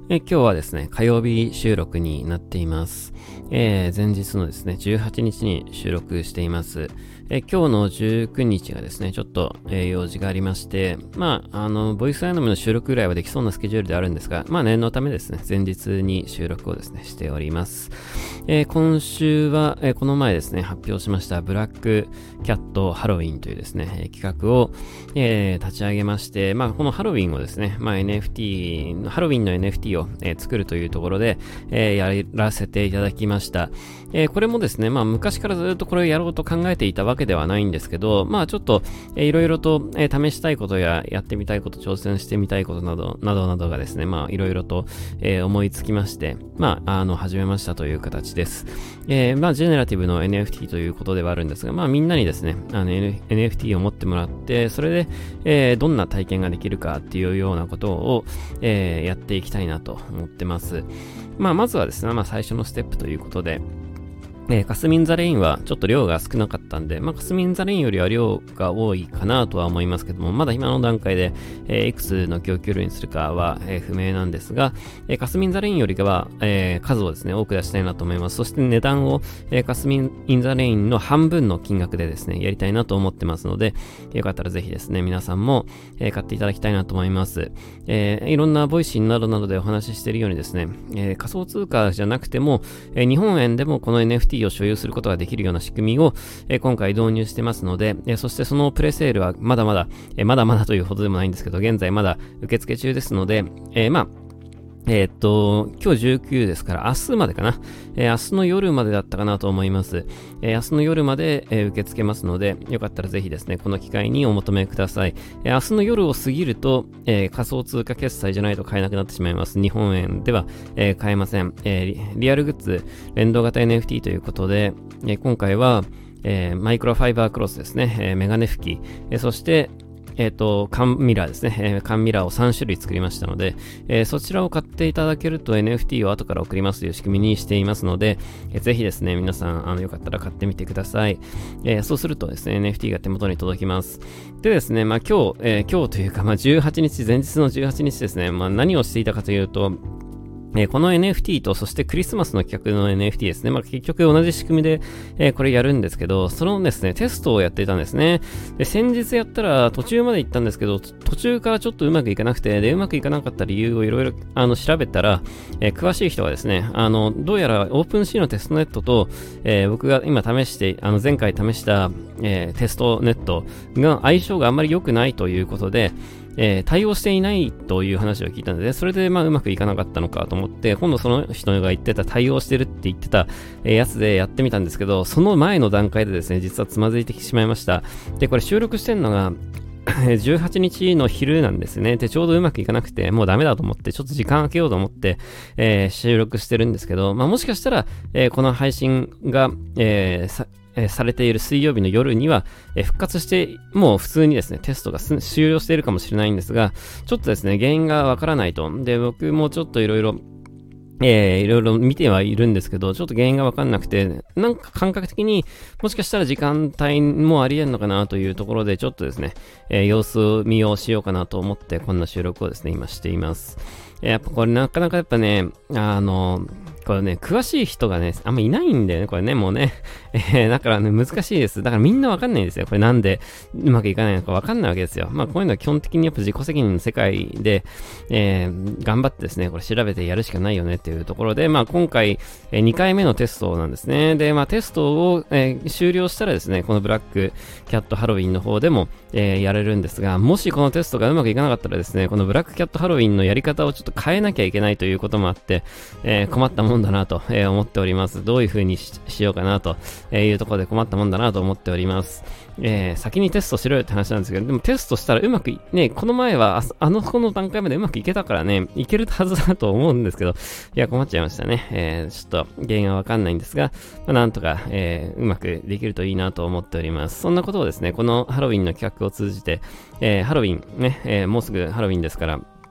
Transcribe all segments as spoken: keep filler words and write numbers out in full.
え今日はですね、火曜日収録になっています。えー、前日のですね、じゅうはちにちに収録しています。え今日のじゅうくにちがですね、ちょっと、えー、用事がありまして、まあ、あの、ボイスアイノムの収録ぐらいはできそうなスケジュールであるんですが、まあ、念のためですね、前日に収録をですね、しております。えー、今週は、えー、この前ですね、発表しましたブラックキャットハロウィンというですね、えー、企画を、えー、立ち上げまして、まあ、このハロウィンをですね、まあ、エヌエフティー、ハロウィンの エヌエフティー を、えー、作るというところで、えー、やらせていただきました。えー、これもですね、まあ、昔からずっとこれをやろうと考えていたわけではないんですけど、まあ、ちょっと、えー、いろいろと、えー、試したいことややってみたいこと、挑戦してみたいことなど、などなどがですね、まあ、いろいろと、えー、思いつきまして、まあ、あの、始めましたという形です。えー、まあ、ジェネラティブの エヌエフティー ということではあるんですが、まあ、みんなにですね、あの、エヌエフティー を持ってもらって、それで、えー、どんな体験ができるかっていうようなことを、えー、やっていきたいなと思ってます。まあ、まずはですね、まあ、最初のステップということで、えー、カスミンザレインはちょっと量が少なかったんで、まあ、カスミンザレインよりは量が多いかなとは思いますけども、まだ今の段階で、えー、いくつの供給量にするかは、えー、不明なんですが、えー、カスミンザレインよりかは、えー、数をですね、多く出したいなと思います。そして値段を、えー、カスミンザレインの半分の金額でですね、やりたいなと思ってますので、よかったらぜひですね、皆さんも、えー、買っていただきたいなと思います。えー、いろんなボイシーなどなどでお話ししているようにですね、えー、仮想通貨じゃなくても、えー、日本円でもこの エヌエフティー を所有することができるような仕組みを、えー、今回導入してますので、えー、そしてそのプレセールはまだまだ、えー、まだまだというほどでもないんですけど、現在まだ受付中ですので、えー、まあえー、っと、今日じゅうくですから明日までかな。えー、明日の夜までだったかなと思います。えー、明日の夜まで、えー、受け付けますので、よかったらぜひですね、この機会にお求めください。えー、明日の夜を過ぎると、えー、仮想通貨決済じゃないと買えなくなってしまいます。日本円では、えー、買えません。えーリ。リアルグッズ連動型 エヌエフティー ということで、えー、今回は、えー、マイクロファイバークロスですね、えー、メガネ拭き、えー、そしてえっと、缶ミラーですね。えー、缶ミラーをさんしゅるい作りましたので、えー、そちらを買っていただけると エヌエフティー を後から送りますという仕組みにしていますので、えー、ぜひですね、皆さん、あの、よかったら買ってみてください。えー、そうするとですね、エヌエフティー が手元に届きます。でですね、まあ今日、えー、今日というか、まあじゅうはちにち、前日のじゅうはちにちですね、まあ何をしていたかというと、えー、この エヌエフティー と、そしてクリスマスの企画の エヌエフティー ですね。まあ、結局同じ仕組みで、えー、これやるんですけど、そのですね、テストをやっていたんですね。で、先日やったら途中まで行ったんですけど、途中からちょっとうまくいかなくて、で、うまくいかなかった理由をいろいろ、あの、調べたら、えー、詳しい人がですね、あの、どうやらオープンシーのテストネットと、えー、僕が今試して、あの、前回試した、えー、テストネットが相性があんまり良くないということで、えー、対応していないという話を聞いたので、それでまあうまくいかなかったのかと思って、今度その人が言ってた対応してるって言ってた、えー、やつでやってみたんですけど、その前の段階でですね、実はつまずいてしまいました。で、これ収録してるのが、じゅうはちにちの昼なんですね。で、ちょうどうまくいかなくて、もうダメだと思って、ちょっと時間空けようと思って、えー、収録してるんですけど、まあもしかしたら、えー、この配信が、えー、さ、えされている水曜日の夜には、え復活して、もう普通にですね、テストが終了しているかもしれないんですが、ちょっとですね、原因がわからないと。で、僕もちょっといろいろ、えー、いろいろ見てはいるんですけど、ちょっと原因がわかんなくて、なんか感覚的にもしかしたら時間帯もあり得るのかなというところで、ちょっとですね、えー、様子見をしようかなと思って、こんな収録をですね、今しています。やっぱこれなかなかやっぱね、あの、これね、詳しい人がね、あんまいないんだよね、これね、もうね。えー、だからね、難しいです。だからみんなわかんないんですよ。これなんでうまくいかないのかわかんないわけですよ。まあ、こういうのは基本的にやっぱ自己責任の世界で、えー、頑張ってですね、これ調べてやるしかないよねっていうところで、まあ、今回、えー、にかいめのテストなんですね。で、まあ、テストを、えー、終了したらですね、このブラックキャットハロウィンの方でも、えー、やれるんですが、もしこのテストがうまくいかなかったらですね、このブラックキャットハロウィンのやり方をちょっと変えなきゃいけないということもあって、えー、困ったもんだなと、えー、思っております。どういう風に し, しようかなというところで困ったもんだなと思っております。えー、先にテストしろよって話なんですけど、でもテストしたらうまくい、ね、この前は あ, あのこの段階までうまくいけたからね、いけるはずだと思うんですけど、いや困っちゃいましたね。えー、ちょっと原因はわかんないんですが、まあ、なんとか、えー、うまくできるといいなと思っております。そんなことをですね、このハロウィンの企画を通じて、えー、ハロウィンね、えー、もうすぐハロウィンですから、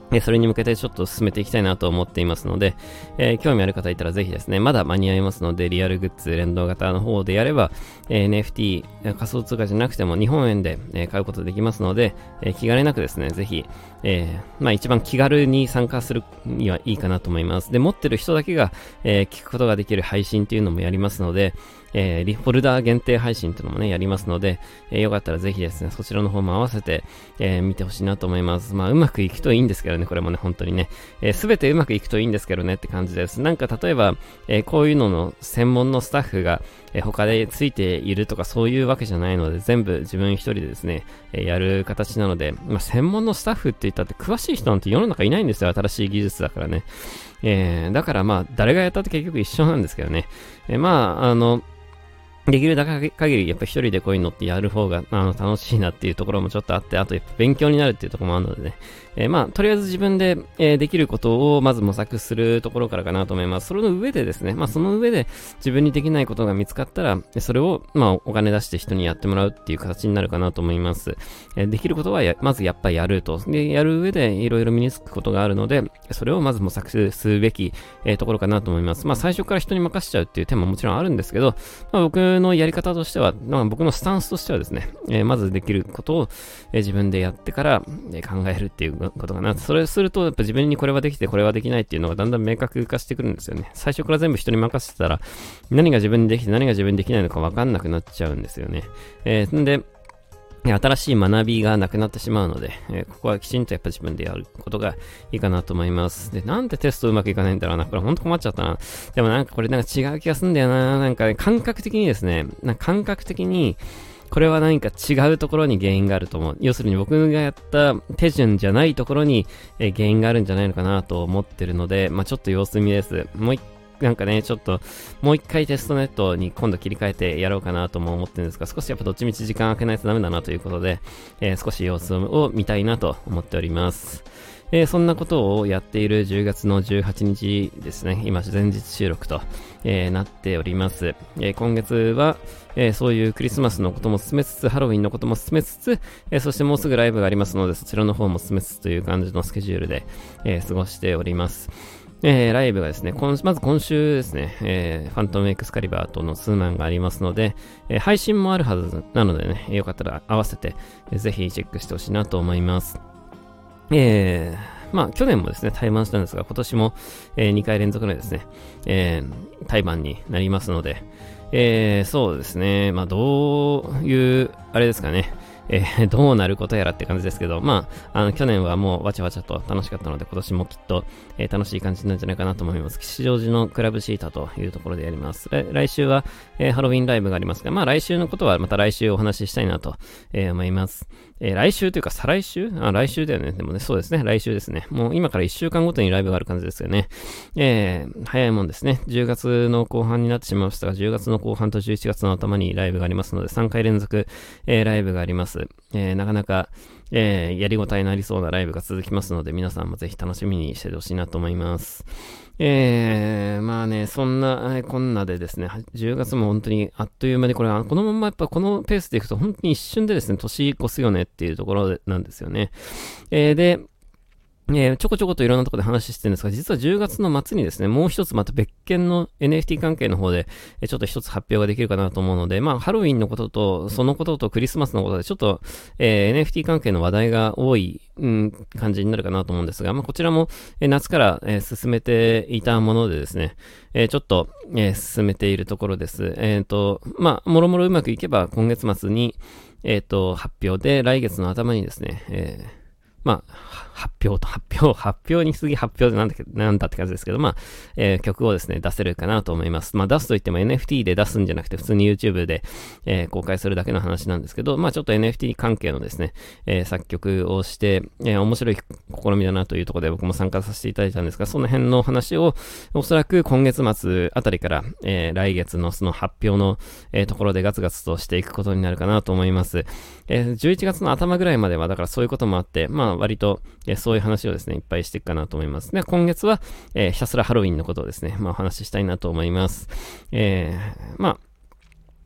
えそれに向けてちょっと進めていきたいなと思っていますので、えー、興味ある方いたらぜひですね、まだ間に合いますので、リアルグッズ連動型の方でやれば、えー、エヌエフティー、仮想通貨じゃなくても日本円で、えー、買うことできますので、えー、気兼ねなくですね、ぜひ、えー、まあ一番気軽に参加するにはいいかなと思います。で、持ってる人だけが、えー、聞くことができる配信っていうのもやりますので、えー、リフォルダー限定配信っていうのもね、やりますので、えー、よかったらぜひですね、そちらの方も合わせて、えー、見てほしいなと思います。まあ、うまくいくといいんですけどね、これもね、本当にね。えー、すべてうまくいくといいんですけどねって感じです。なんか例えば、えー、こういうのの専門のスタッフが、えー、他でついているとかそういうわけじゃないので、全部自分一人でですね、えー、やる形なので、まあ、専門のスタッフって言ったって詳しい人なんて世の中いないんですよ、新しい技術だからね。えー、だからまあ、誰がやったって結局一緒なんですけどね。えー、まあ、あの、できるだけ限り、やっぱ一人でこういうのってやる方が、あの、楽しいなっていうところもちょっとあって、あとやっぱ勉強になるっていうところもあるのでね。えー、まあ、とりあえず自分で、えー、できることをまず模索するところからかなと思います。それの上でですね、まあ、その上で自分にできないことが見つかったら、それを、まあ、お金出して人にやってもらうっていう形になるかなと思います。えー、できることはや、まずやっぱりやると。で、やる上でいろいろ身につくことがあるので、それをまず模索するべき、えー、ところかなと思います。まあ、最初から人に任せちゃうっていう手ももちろんあるんですけど、まあ、僕のやり方としては、まあ、僕のスタンスとしてはですね、えー、まずできることを、えー、自分でやってから、えー、考えるっていうことかな。それをすると、やっぱ自分にこれはできて、これはできないっていうのがだんだん明確化してくるんですよね。最初から全部人に任せてたら、何が自分にできて何が自分にできないのか分かんなくなっちゃうんですよね。えー、んで、新しい学びがなくなってしまうので、えー、ここはきちんとやっぱ自分でやることがいいかなと思います。で、なんでテストうまくいかないんだろうな。これほんと困っちゃったな。でもなんかこれなんか違う気がするんだよな。なんか、ね、感覚的にですね、なんか感覚的に、これは何か違うところに原因があると思う。要するに僕がやった手順じゃないところに、えー、原因があるんじゃないのかなと思ってるので、まあちょっと様子見です。もう一なんかね、ちょっと、もう一回テストネットに今度切り替えてやろうかなとも思ってるんですが、少しやっぱどっちみち時間空けないとダメだなということで、えー、少し様子を見たいなと思っております。えー、そんなことをやっているじゅうがつのじゅうはちにちですね、今前日収録と、えー、なっております。えー、今月は、えー、そういうクリスマスのことも進めつつ、ハロウィンのことも進めつつ、えー、そしてもうすぐライブがありますので、そちらの方も進めつつという感じのスケジュールで、えー、過ごしております。えー、ライブがですね、今まず今週ですね、えー、ファントムエクスカリバーとのツーマンがありますので、えー、配信もあるはずなのでね、よかったら合わせて、えー、ぜひチェックしてほしいなと思います。えー、まあ去年もですね、対バンしたんですが、今年も、えー、にかい連続のですね、えー、対バンになりますので、えー、そうですね、まあどういう、あれですかね、えー、どうなることやらって感じですけど、まあ、あの、去年はもうわちゃわちゃと楽しかったので、今年もきっと、えー、楽しい感じになるんじゃないかなと思います。吉祥寺のクラブシータというところでやります。来, 来週は、えー、ハロウィンライブがありますが、まあ来週のことはまた来週お話ししたいなと、えー、思います。えー、来週というか再来週あ、来週だよね。でもね、そうですね。来週ですね。もう今からいっしゅうかんごとにライブがある感じですよね。えー、早いもんですね。じゅうがつの後半になってしまいましたが、じゅうがつの後半とじゅういちがつの頭にライブがありますので、さんかい連続、えー、ライブがあります。えー、なかなか、えー、やりごたえのありそうなライブが続きますので、皆さんもぜひ楽しみにしてほしいなと思います。えー、まあね、そんな、えー、こんなでですね、じゅうがつも本当にあっという間に、これ、このままやっぱこのペースでいくと本当に一瞬でですね、年越すよねっていうところなんですよね。えー、で、えー、ちょこちょこといろんなところで話してるんですが、実はじゅうがつの末にですね、もう一つまた別件の エヌエフティー 関係の方で、えー、ちょっと一つ発表ができるかなと思うので、まあ、ハロウィンのことと、そのこととクリスマスのことで、ちょっと、えー、エヌエフティー 関係の話題が多い、うん、感じになるかなと思うんですが、まあ、こちらも、えー、夏から、えー、進めていたものでですね、えー、ちょっと、えー、進めているところです。えっと、まあ、もろもろうまくいけば、今月末に、えっと、発表で、来月の頭にですね、えーまあ、発表と発表、発表に次発表でなんだっけ、なんだって感じですけど、まあ、えー、曲をですね、出せるかなと思います。まあ、出すといっても エヌエフティー で出すんじゃなくて、普通に YouTube で、えー、公開するだけの話なんですけど、まあ、ちょっと エヌエフティー 関係のですね、えー、作曲をして、えー、面白い試みだなというところで僕も参加させていただいたんですが、その辺の話を、おそらく今月末あたりから、えー、来月のその発表の、えー、ところでガツガツとしていくことになるかなと思います。えー、じゅういちがつの頭ぐらいまでは、だからそういうこともあって、まあ、割と、えー、そういう話をですね、いっぱいしていくかなと思います。で、今月は、えー、ひたすらハロウィンのことをですね、まあ、お話ししたいなと思います。えー、まあ、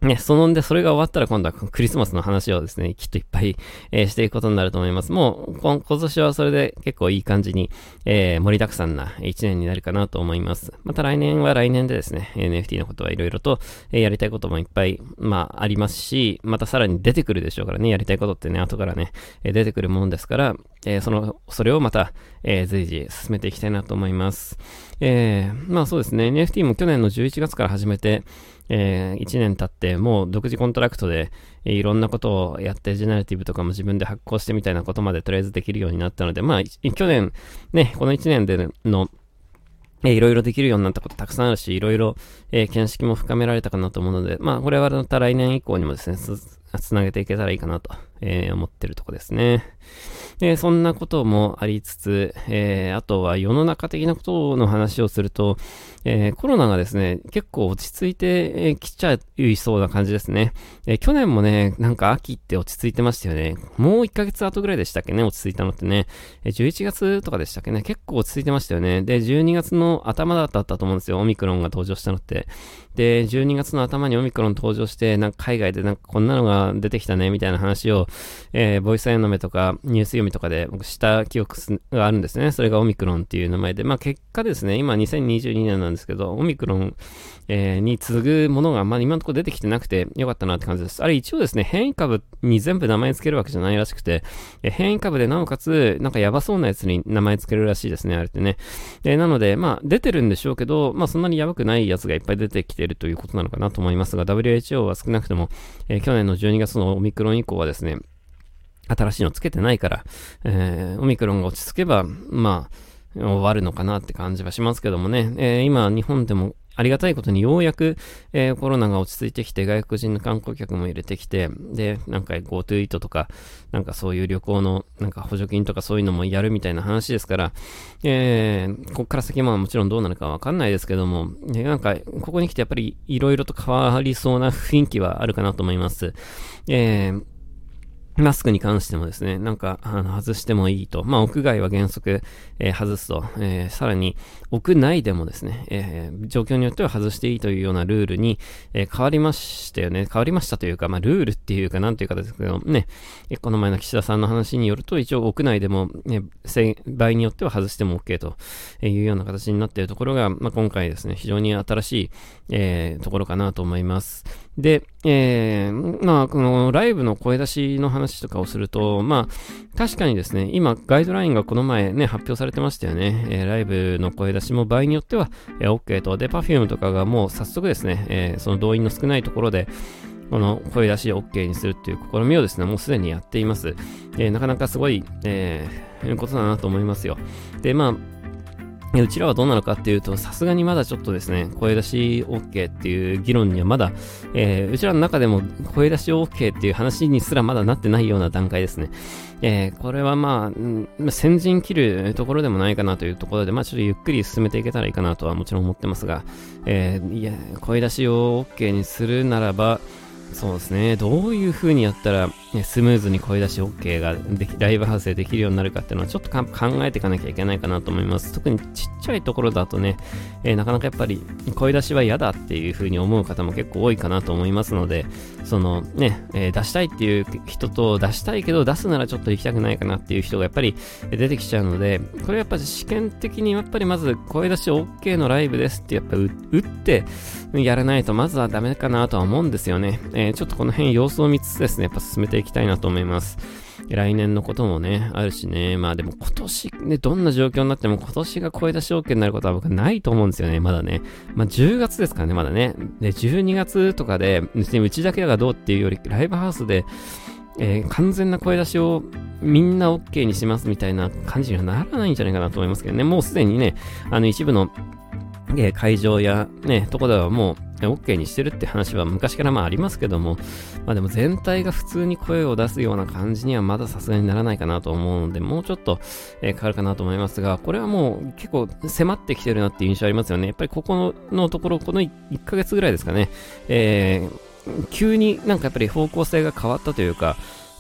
ね、そのんで、それが終わったら今度はクリスマスの話をですね、きっといっぱい、えー、していくことになると思います。もう、今年はそれで結構いい感じに、えー、盛りだくさんな一年になるかなと思います。また来年は来年でですね、エヌエフティー のことはいろいろと、えー、やりたいこともいっぱい、まあ、ありますし、またさらに出てくるでしょうからね、やりたいことってね、後からね、えー、出てくるもんですから、えー、その、それをまた、えー、随時進めていきたいなと思います。えー、まあそうですね、エヌエフティー も去年のじゅういちがつから始めて、えー、いちねん経ってもう独自コントラクトで、えー、いろんなことをやってジェネラティブとかも自分で発行してみたいなことまでとりあえずできるようになったので、まあ去年ね、このいちねんでのえー、いろいろできるようになったことたくさんあるし、いろいろ、えー、見識も深められたかなと思うので、まあこれはまた来年以降にもですね、つ、つなげていけたらいいかなと、えー、思ってるとこですね。で、そんなこともありつつ、えー、あとは世の中的なことの話をすると、えー、コロナがですね、結構落ち着いて、えー、きちゃいそうな感じですね。えー、去年もね、なんか秋って落ち着いてましたよね。もういっかげつごぐらいでしたっけね、落ち着いたのってね。えー、じゅういちがつとかでしたっけね、結構落ち着いてましたよね。で、じゅうにがつの頭だったと思うんですよ、オミクロンが登場したのって。で、じゅうにがつの頭にオミクロン登場して、なんか海外でなんかこんなのが出てきたね、みたいな話を、えー、ボイスアイノメとかニュース読みとかで僕した記憶があるんですね。それがオミクロンっていう名前で、まあ結果ですね、今にせんにじゅうにねんなんですけど、オミクロン、えー、に次ぐものが、まあ今のところ出てきてなくてよかったなって感じです。あれ一応ですね、変異株に全部名前つけるわけじゃないらしくて、えー、変異株でなおかつ、なんかやばそうなやつに名前つけるらしいですね、あれってね。えー、なので、まあ出てるんでしょうけど、まあそんなにやばくないやつがいっぱい出てきているということなのかなと思いますが、ダブリューエイチオー は少なくとも、えー、去年のじゅうにがつのオミクロン以降はですね、新しいのつけてないから、えー、オミクロンが落ち着けば、まあ、終わるのかなって感じはしますけどもね、えー、今日本でもありがたいことにようやく、えー、コロナが落ち着いてきて外国人の観光客も入れてきて、で、なんか GoTo イートとか、なんかそういう旅行のなんか補助金とかそういうのもやるみたいな話ですから、えー、こっから先ももちろんどうなるかわかんないですけども、ね、なんかここに来てやっぱりいろいろと変わりそうな雰囲気はあるかなと思います。えーマスクに関してもですね、なんか、あの、外してもいいと。まあ、屋外は原則、えー、外すと。えー、さらに、屋内でもですね、えー、状況によっては外していいというようなルールに、えー、変わりましたよね。変わりましたというか、まあ、ルールっていうか、なんていうかですけど、ね、この前の岸田さんの話によると、一応屋内でも、ね、場合によっては外しても OK というような形になっているところが、まあ、今回ですね、非常に新しい、えー、ところかなと思います。で、えー、まあ、このライブの声出しの話とかをすると、まあ、確かにですね、今、ガイドラインがこの前ね、発表されてましたよね。えー、ライブの声出しも場合によっては、えー、OK と。で、Perfume とかがもう早速ですね、えー、その動員の少ないところで、この声出しを OK にするっていう試みをですね、もうすでにやっています。えー、なかなかすごい、えー、ことだなと思いますよ。で、まあ、うちらはどうなのかっていうと、さすがにまだちょっとですね、声出し OK っていう議論にはまだ、えー、うちらの中でも声出し OK っていう話にすらまだなってないような段階ですね。えー、これはまあ、ん先陣切るところでもないかなというところで、まあちょっとゆっくり進めていけたらいいかなとはもちろん思ってますが、えー、いや、声出しを OK にするならば、そうですね。どういう風にやったら、ね、スムーズに声出し OK ができ、ライブハウスでできるようになるかっていうのはちょっと考えていかなきゃいけないかなと思います。特にちっちゃいところだとね、えー、なかなかやっぱり声出しは嫌だっていう風に思う方も結構多いかなと思いますので、そのね、えー、出したいっていう人と出したいけど出すならちょっと行きたくないかなっていう人がやっぱり出てきちゃうので、これやっぱり試験的にやっぱりまず声出し OK のライブですってやっぱ打ってやらないとまずはダメかなとは思うんですよね。えー、ちょっとこの辺様子を見つつですね、やっぱ進めていきたいなと思います。来年のこともね、あるしね、まあでも今年ね、どんな状況になっても今年が声出し OK になることは僕はないと思うんですよね、まだね。まあじゅうがつですからね、まだね。で、じゅうにがつとかで、別にうちだけがどうっていうより、ライブハウスで、えー、完全な声出しをみんな OK にしますみたいな感じにはならないんじゃないかなと思いますけどね。もうすでにね、あの一部の、えー、会場やね、とこではもう、OK にしてるって話は昔からまあありますけども、まあでも全体が普通に声を出すような感じにはまださすがにならないかなと思うので、もうちょっと、えー、変わるかなと思いますが、これはもう結構迫ってきてるなっていう印象ありますよね。やっぱりここ の, のところ、このいっかげつぐらいですかね、えー、急になんかやっぱり方向性が変わったというか、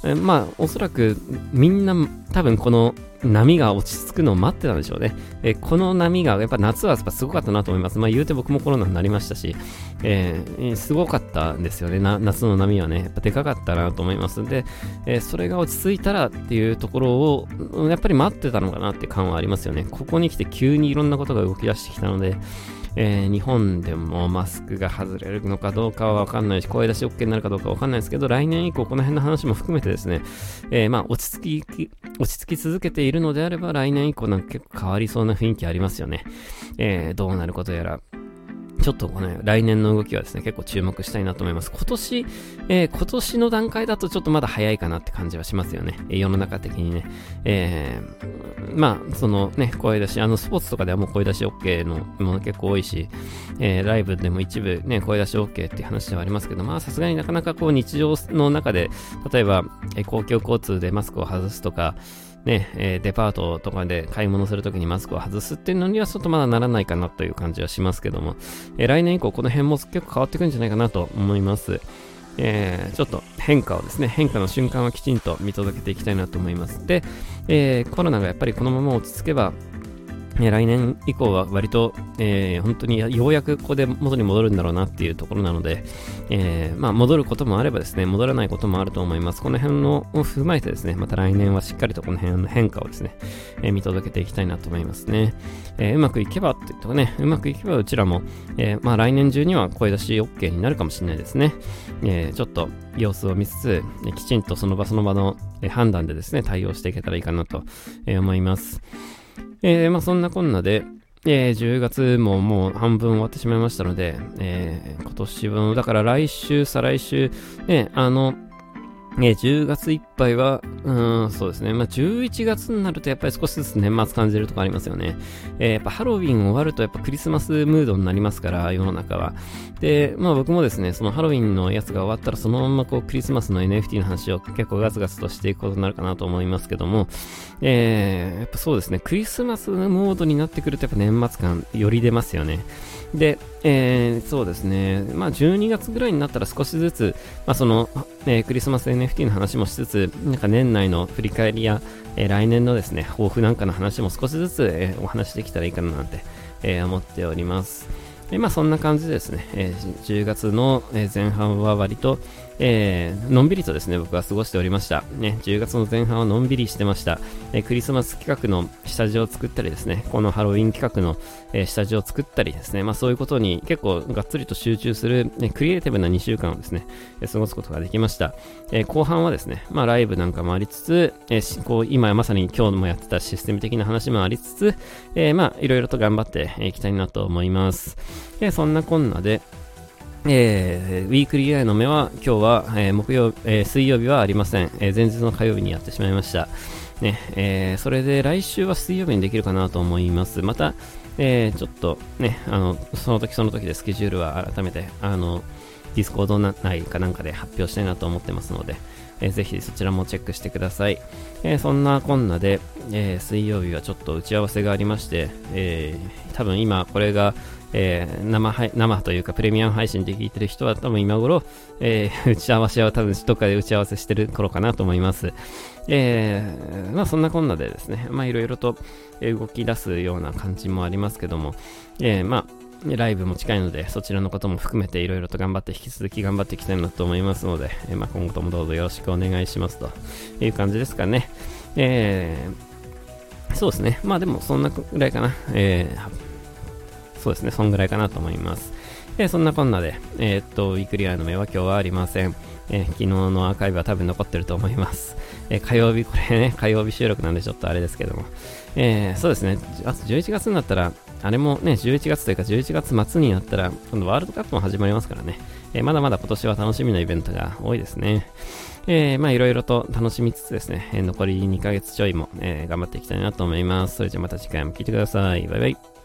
えまあおそらくみんな多分この波が落ち着くのを待ってたんでしょうね。えこの波がやっぱ夏はやっぱすごかったなと思います。まあ言うて僕もコロナになりましたし、えー、すごかったんですよね。な夏の波はね、やっぱでかかったなと思いますんで、えー、それが落ち着いたらっていうところをやっぱり待ってたのかなって感はありますよね。ここに来て急にいろんなことが動き出してきたので、えー、日本でもマスクが外れるのかどうかはわかんないし、声出し OK になるかどうかわかんないですけど、来年以降この辺の話も含めてですね、えー、まあ落ち着き、落ち着き続けているのであれば、来年以降なんか結構変わりそうな雰囲気ありますよね。えー、どうなることやら。ちょっとこの、ね、来年の動きはですね、結構注目したいなと思います。今年、えー、今年の段階だとちょっとまだ早いかなって感じはしますよね。えー、世の中的にね。えー、まあ、そのね、声出し、あの、スポーツとかではもう声出し OK のもの結構多いし、えー、ライブでも一部ね、声出し OK っていう話ではありますけど、まあ、さすがになかなかこう日常の中で、例えば、えー、公共交通でマスクを外すとか、ね、えー、デパートとかで買い物するときにマスクを外すっていうのにはちょっとまだならないかなという感じはしますけども、えー、来年以降この辺も結構変わってくるんじゃないかなと思います。えー、ちょっと変化をですね、変化の瞬間はきちんと見届けていきたいなと思います。で、えー、コロナがやっぱりこのまま落ち着けば、えー、来年以降は割と、えー、本当にようやくここで元に戻るんだろうなっていうところなので、えー、まあ戻ることもあればですね、戻らないこともあると思います。この辺のを踏まえてですね、また来年はしっかりとこの辺の変化をですね、えー、見届けていきたいなと思いますね。えー、うまくいけばって言うとね、うまくいけばうちらも、えー、まあ来年中には声出し OK になるかもしれないですね。えー、ちょっと様子を見つつ、きちんとその場その場の判断でですね、対応していけたらいいかなと思います。えー、まあそんなこんなで、えー、じゅうがつももう半分終わってしまいましたので、えー、今年分、だから来週、再来週、ね、あの、えー、じゅうがついっぱいは、うーん、そうですね。まあ、じゅういちがつになるとやっぱり少しずつ年末感じるとこありますよね。えー、やっぱハロウィン終わるとやっぱクリスマスムードになりますから、世の中は。で、まあ僕もですね、そのハロウィンのやつが終わったらそのままこうクリスマスの エヌエフティー の話を結構ガツガツとしていくことになるかなと思いますけども、えー、やっぱそうですね、クリスマスモードになってくるとやっぱ年末感より出ますよね。で、えー、そうですね、まあじゅうにがつぐらいになったら少しずつ、まあその、えー、クリスマス エヌエフティー の話もしつつ、なんか年内の振り返りや、えー、来年のですね、抱負なんかの話も少しずつ、えー、お話できたらいいかななんて、えー、思っております。でまあそんな感じでですね、えー、じゅうがつの前半は割と、えー、のんびりとですね、僕は過ごしておりました。ね、じゅうがつの前半はのんびりしてました。えー、クリスマス企画の下地を作ったりですね、このハロウィン企画の、えー、下地を作ったりですね、まあそういうことに結構がっつりと集中する、ね、クリエイティブなにしゅうかんをですね、えー、過ごすことができました。えー、後半はですね、まあライブなんかもありつつ、えー、こう今まさに今日もやってたシステム的な話もありつつ、えー、まあいろいろと頑張っていきたいなと思います。えー、そんなこんなで、えー、ウィークリーアイの目は今日は、えー、木曜、えー、水曜日はありません、えー、前日の火曜日にやってしまいましたね。えー、それで来週は水曜日にできるかなと思います。また、えー、ちょっとね、あのその時その時でスケジュールは改めてあのディスコード内かなんかで発表したいなと思ってますので、えー、ぜひそちらもチェックしてください。えー、そんなこんなで、えー、水曜日はちょっと打ち合わせがありまして、えー、多分今これがえー、生配生というかプレミアム配信で聞いてる人は多分今頃、えー、打ち合わせは多分どっかで打ち合わせしてる頃かなと思います。えー、まあそんなこんなでですね、まあいろいろと動き出すような感じもありますけども、えー、まあライブも近いのでそちらのことも含めていろいろと頑張って引き続き頑張っていきたいなと思いますので、えー、まあ今後ともどうぞよろしくお願いしますという感じですかね。えー、そうですね、まあでもそんなぐらいかな。えーそうですね、そんぐらいかなと思います。えー、そんなこんなで、えー、っと、ウィークリーアイの目は今日はありません。えー、昨日のアーカイブは多分残ってると思います。えー、火曜日、これね、火曜日収録なんでちょっとあれですけども。えー、そうですね、あとじゅういちがつになったら、あれもね、じゅういちがつというかじゅういちがつ末になったら、今度ワールドカップも始まりますからね。えー、まだまだ今年は楽しみなイベントが多いですね。えー、まあいろいろと楽しみつつですね、えー、残りにかげつちょいも、えー、頑張っていきたいなと思います。それじゃまた次回も聞いてください。バイバイ。